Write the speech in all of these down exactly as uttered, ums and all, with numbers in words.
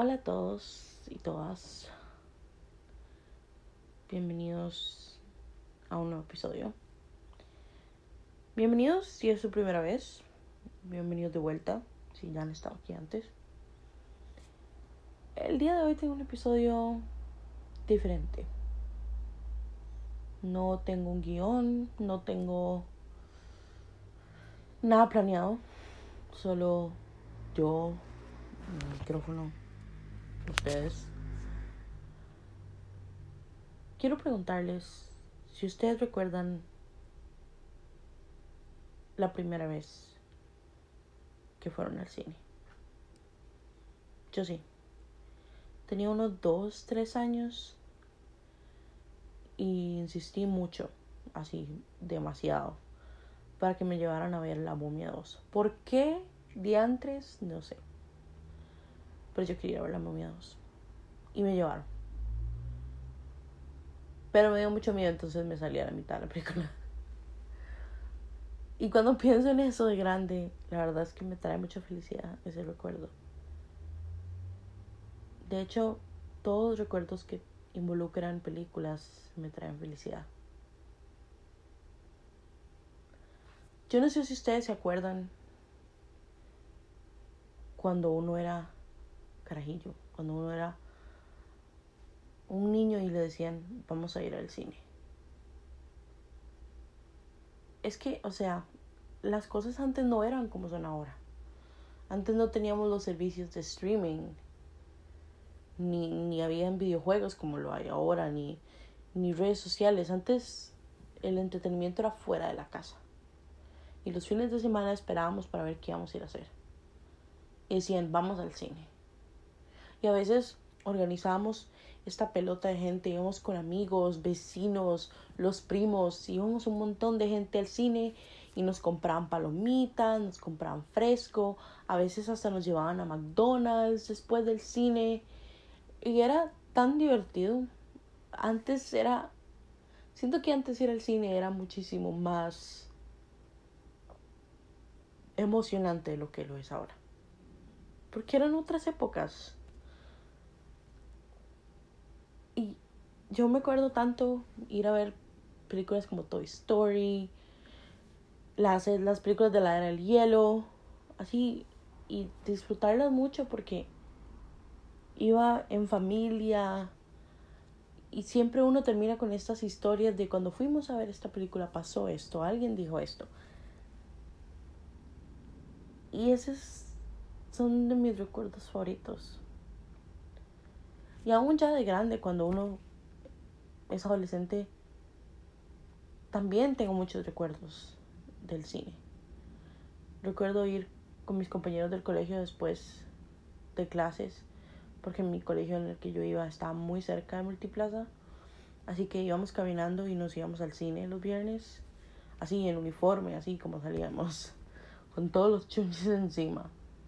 Hola a todos y todas, bienvenidos a un nuevo episodio. Bienvenidos si es su primera vez, bienvenidos de vuelta si ya han estado aquí antes. El día de hoy tengo un episodio diferente. No tengo un guión, no tengo nada planeado, solo yo, mi micrófono, ustedes. Quiero preguntarles si ustedes recuerdan la primera vez que fueron al cine. Yo sí. Tenía unos dos, tres años y insistí mucho, así, demasiado, para que me llevaran a ver La Momia dos. ¿Por qué diantres? No sé. Pero yo quería ver La Momia dos. Y me llevaron. Pero me dio mucho miedo, entonces me salí a la mitad de la película. Y cuando pienso en eso de grande, la verdad es que me trae mucha felicidad ese recuerdo. De hecho, todos los recuerdos que involucran películas me traen felicidad. Yo no sé si ustedes se acuerdan cuando uno era carajillo, cuando uno era un niño y le decían, vamos a ir al cine. Es que, o sea, las cosas antes no eran como son ahora. Antes no teníamos los servicios de streaming, ni, ni habían videojuegos como lo hay ahora, ni, ni redes sociales. Antes el entretenimiento era fuera de la casa. Y los fines de semana esperábamos para ver qué íbamos a ir a hacer. Y decían, vamos al cine. Y a veces organizábamos esta pelota de gente, íbamos con amigos, vecinos, los primos, íbamos un montón de gente al cine y nos compraban palomitas, nos compraban fresco, a veces hasta nos llevaban a McDonald's después del cine y era tan divertido. Antes era, siento que antes ir al cine era muchísimo más emocionante de lo que lo es ahora, porque eran otras épocas. Y yo me acuerdo tanto ir a ver películas como Toy Story, las, las películas de la Era del Hielo, así, y disfrutarlas mucho porque iba en familia y siempre uno termina con estas historias de cuando fuimos a ver esta película pasó esto, alguien dijo esto. Y esos son de mis recuerdos favoritos. Y aún ya de grande, cuando uno es adolescente, también tengo muchos recuerdos del cine. Recuerdo ir con mis compañeros del colegio después de clases, porque mi colegio en el que yo iba estaba muy cerca de Multiplaza, así que íbamos caminando y nos íbamos al cine los viernes, así en uniforme, así como salíamos, con todos los chunches encima.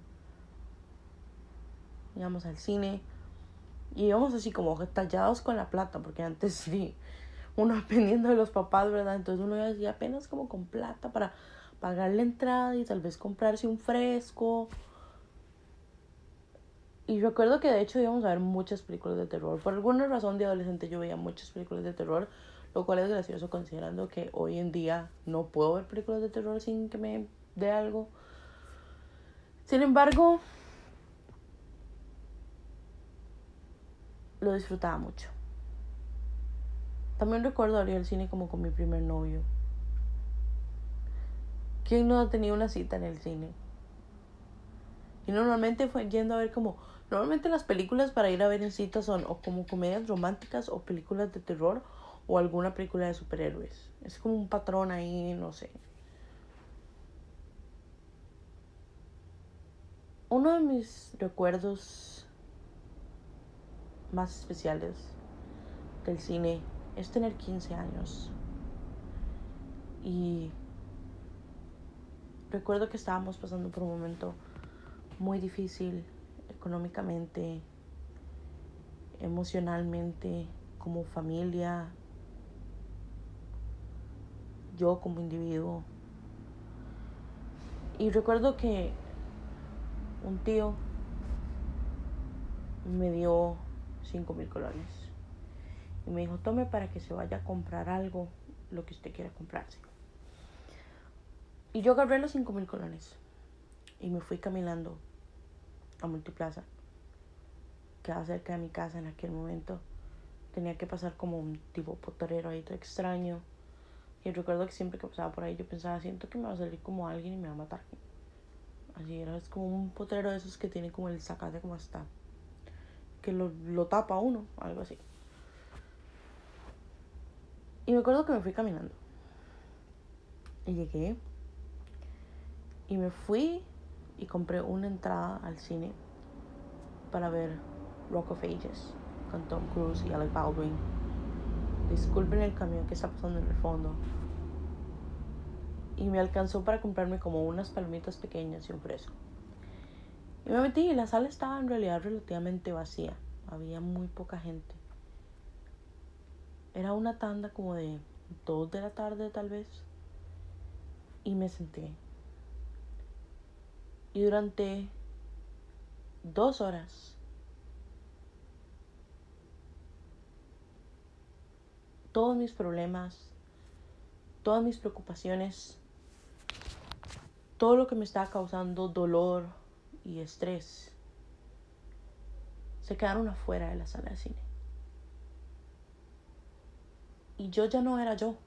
Íbamos al cine y íbamos así como tallados con la plata, porque antes sí, uno dependiendo de los papás, ¿verdad? Entonces uno decía apenas como con plata para pagar la entrada y tal vez comprarse un fresco. Y recuerdo que de hecho íbamos a ver muchas películas de terror. Por alguna razón de adolescente yo veía muchas películas de terror, lo cual es gracioso considerando que hoy en día no puedo ver películas de terror sin que me dé algo. Sin embargo, lo disfrutaba mucho. También recuerdo abrir el cine como con mi primer novio. ¿Quién no ha tenido una cita en el cine? Y normalmente fue yendo a ver como... Normalmente las películas para ir a ver en citas son o como comedias románticas o películas de terror o alguna película de superhéroes. Es como un patrón ahí, no sé. Uno de mis recuerdos más especiales del cine es tener quince años. Y recuerdo que estábamos pasando por un momento muy difícil económicamente, emocionalmente, como familia, yo como individuo. Y recuerdo que un tío me dio cinco mil colones. Y me dijo, tome para que se vaya a comprar algo, lo que usted quiera comprarse. Y yo agarré los cinco mil colones y me fui caminando a Multiplaza, que quedaba cerca de mi casa en aquel momento. Tenía que pasar como un tipo potorero ahí todo extraño. Y recuerdo que siempre que pasaba por ahí yo pensaba, siento que me va a salir como alguien y me va a matar. Así era, es como un potrero de esos que tiene como el zacate como está, que lo, lo tapa uno, algo así. Y me acuerdo que me fui caminando. Y llegué. Y me fui y compré una entrada al cine para ver Rock of Ages con Tom Cruise y Alec Baldwin. Disculpen el camión que está pasando en el fondo. Y me alcanzó para comprarme como unas palomitas pequeñas y un fresco. Y me metí y la sala estaba en realidad relativamente vacía. Había muy poca gente. Era una tanda como de dos de la tarde tal vez. Y me senté. Y durante dos horas todos mis problemas, todas mis preocupaciones, todo lo que me estaba causando dolor y estrés, se quedaron afuera de la sala de cine. Y yo ya no era yo.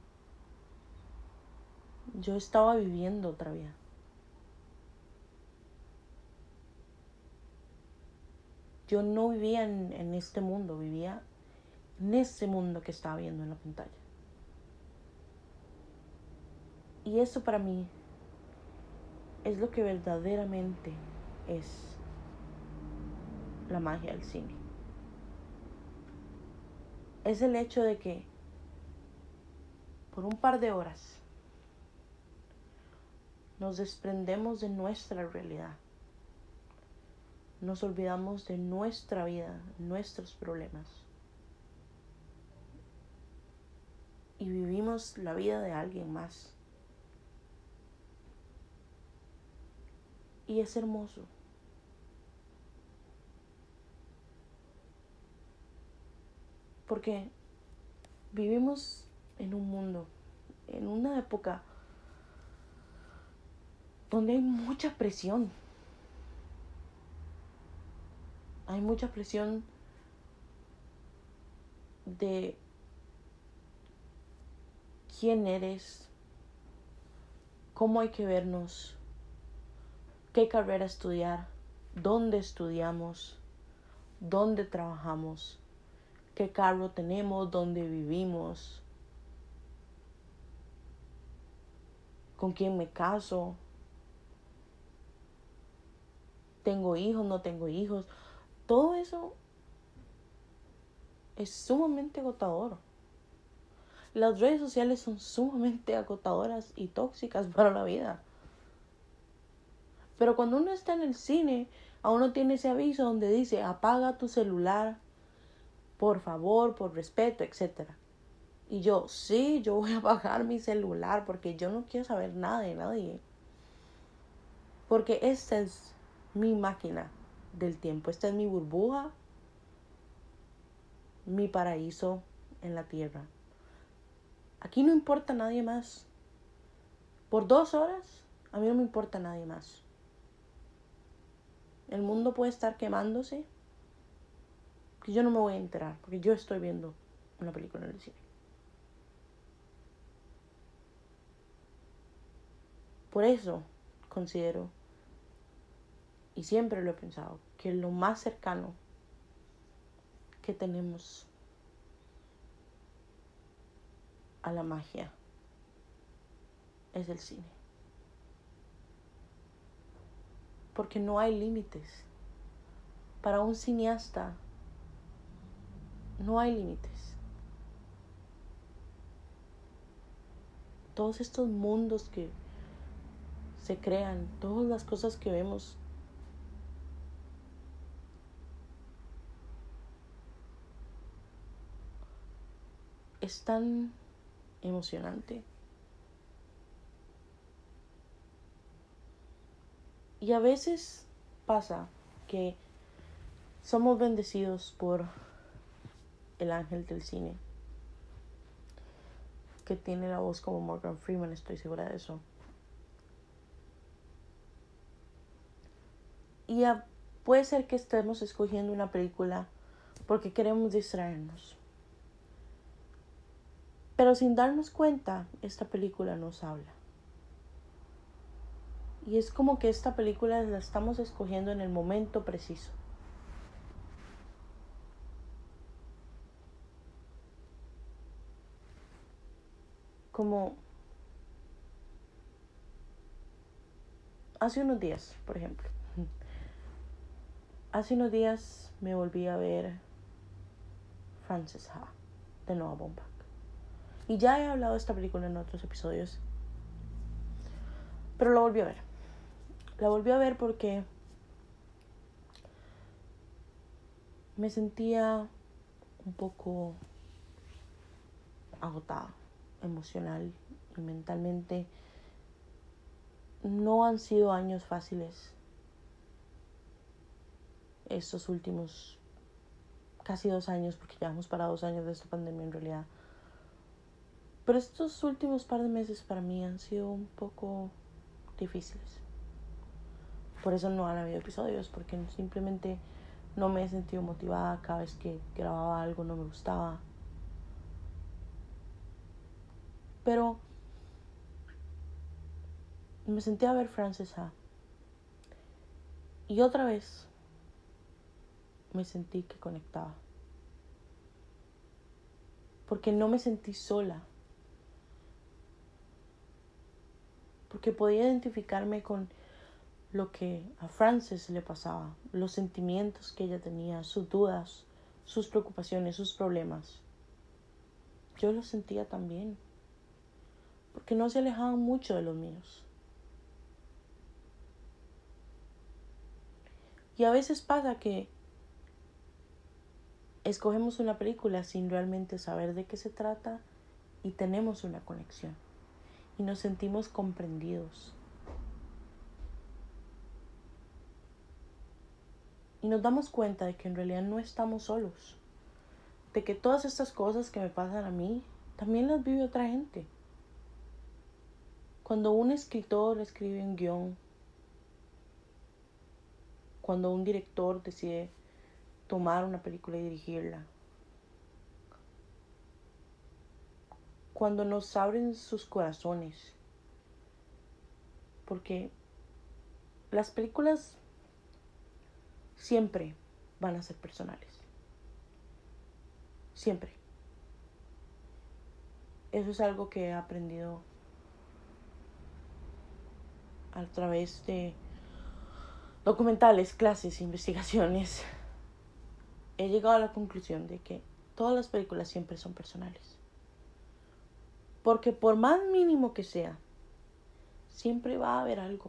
Yo estaba viviendo otra vida. Yo no vivía en, en este mundo, vivía en ese mundo que estaba viendo en la pantalla. Y eso para mí es lo que verdaderamente es la magia del cine. Es el hecho de que por un par de horas nos desprendemos de nuestra realidad. Nos olvidamos de nuestra vida, nuestros problemas. Y vivimos la vida de alguien más. Y es hermoso. Porque vivimos en un mundo, en una época donde hay mucha presión. Hay mucha presión de quién eres, cómo hay que vernos, qué carrera estudiar, dónde estudiamos, dónde trabajamos, qué carro tenemos, dónde vivimos, con quién me caso, tengo hijos, no tengo hijos. Todo eso es sumamente agotador. Las redes sociales son sumamente agotadoras y tóxicas para la vida. Pero cuando uno está en el cine, a uno tiene ese aviso donde dice apaga tu celular, por favor, por respeto, etcétera. Y yo, sí, yo voy a apagar mi celular porque yo no quiero saber nada de nadie. Porque esta es mi máquina del tiempo, esta es mi burbuja, mi paraíso en la tierra. Aquí no importa nadie más. Por dos horas, a mí no me importa nadie más. El mundo puede estar quemándose, que yo no me voy a enterar, porque yo estoy viendo una película en el cine. Por eso considero, y siempre lo he pensado, que lo más cercano que tenemos a la magia es el cine. Porque no hay límites. Para un cineasta no hay límites. Todos estos mundos que se crean, todas las cosas que vemos, es tan emocionante. Y a veces pasa que somos bendecidos por el ángel del cine, que tiene la voz como Morgan Freeman, estoy segura de eso. Y a, puede ser que estemos escogiendo una película porque queremos distraernos. Pero sin darnos cuenta, esta película nos habla. Y es como que esta película la estamos escogiendo en el momento preciso. Como hace unos días, por ejemplo. Hace unos días me volví a ver Frances Ha, de Noah Baumbach. Y ya he hablado de esta película en otros episodios. Pero la volví a ver. La volví a ver porque me sentía un poco agotada, emocional y mentalmente. No han sido años fáciles estos últimos casi dos años, porque llevamos para dos años de esta pandemia en realidad. Pero estos últimos par de meses para mí han sido un poco difíciles. Por eso no han habido episodios, porque simplemente no me he sentido motivada. Cada vez que grababa algo no me gustaba. Pero me senté a ver Frances Ha. Y otra vez me sentí que conectaba. Porque no me sentí sola. Porque podía identificarme con lo que a Frances le pasaba, los sentimientos que ella tenía, sus dudas, sus preocupaciones, sus problemas. Yo los sentía también, porque no se alejaban mucho de los míos. Y a veces pasa que escogemos una película sin realmente saber de qué se trata y tenemos una conexión y nos sentimos comprendidos. Y nos damos cuenta de que en realidad no estamos solos, de que todas estas cosas que me pasan a mí también las vive otra gente. Cuando un escritor escribe un guión, cuando un director decide tomar una película y dirigirla, cuando nos abren sus corazones, porque las películas siempre van a ser personales, siempre. Eso es algo que he aprendido a través de documentales, clases, investigaciones. He llegado a la conclusión de que todas las películas siempre son personales. Porque por más mínimo que sea, siempre va a haber algo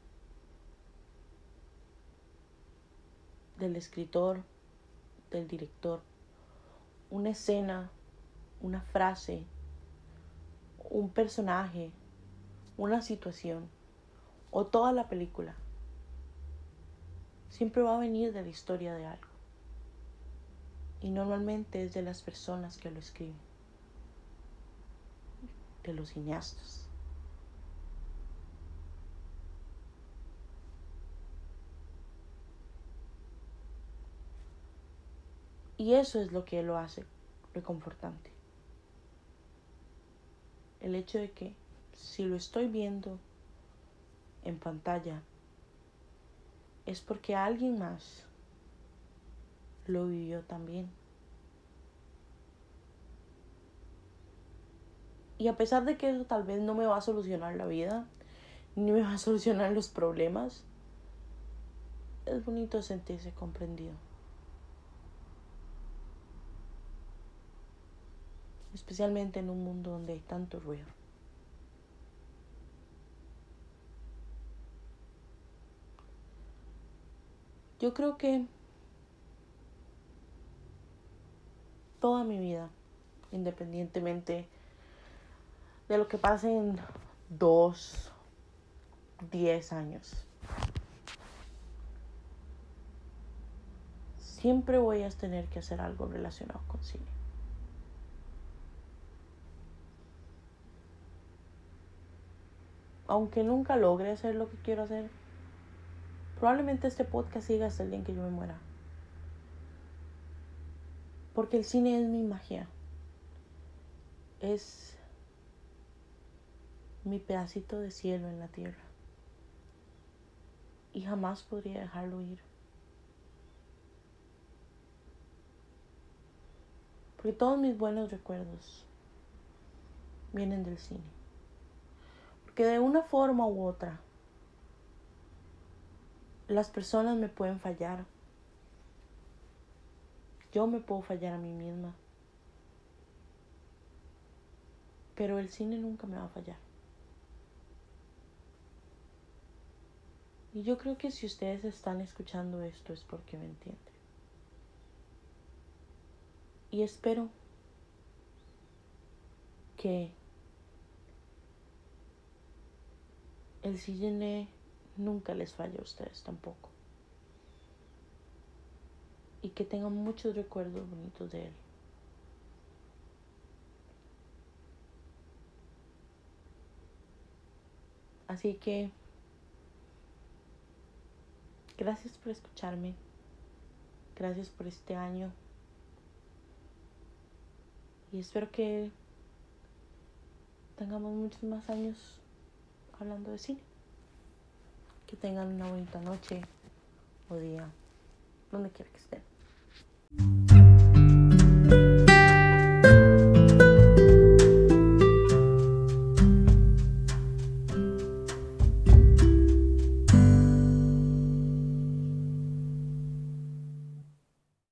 del escritor, del director, una escena, una frase, un personaje, una situación o toda la película. Siempre va a venir de la historia de algo. Y normalmente es de las personas que lo escriben, de los cineastas. Y eso es lo que lo hace reconfortante. El hecho de que si lo estoy viendo en pantalla es porque alguien más lo vivió también. Y a pesar de que eso tal vez no me va a solucionar la vida, ni me va a solucionar los problemas, es bonito sentirse comprendido. Especialmente en un mundo donde hay tanto ruido. Yo creo que toda mi vida, independientemente de lo que pase en dos, diez años, siempre voy a tener que hacer algo relacionado con cine. Aunque nunca logre hacer lo que quiero hacer, probablemente este podcast siga hasta el día en que yo me muera. Porque el cine es mi magia. Es mi pedacito de cielo en la tierra. Y jamás podría dejarlo ir. Porque todos mis buenos recuerdos vienen del cine. Porque de una forma u otra, las personas me pueden fallar. Yo me puedo fallar a mí misma. Pero el cine nunca me va a fallar. Y yo creo que si ustedes están escuchando esto es porque me entienden. Y espero que el cine nunca les falle a ustedes tampoco. Y que tengan muchos recuerdos bonitos de él. Así que gracias por escucharme. Gracias por este año. Y espero que tengamos muchos más años hablando de cine. Que tengan una bonita noche o día, donde quiera que estén.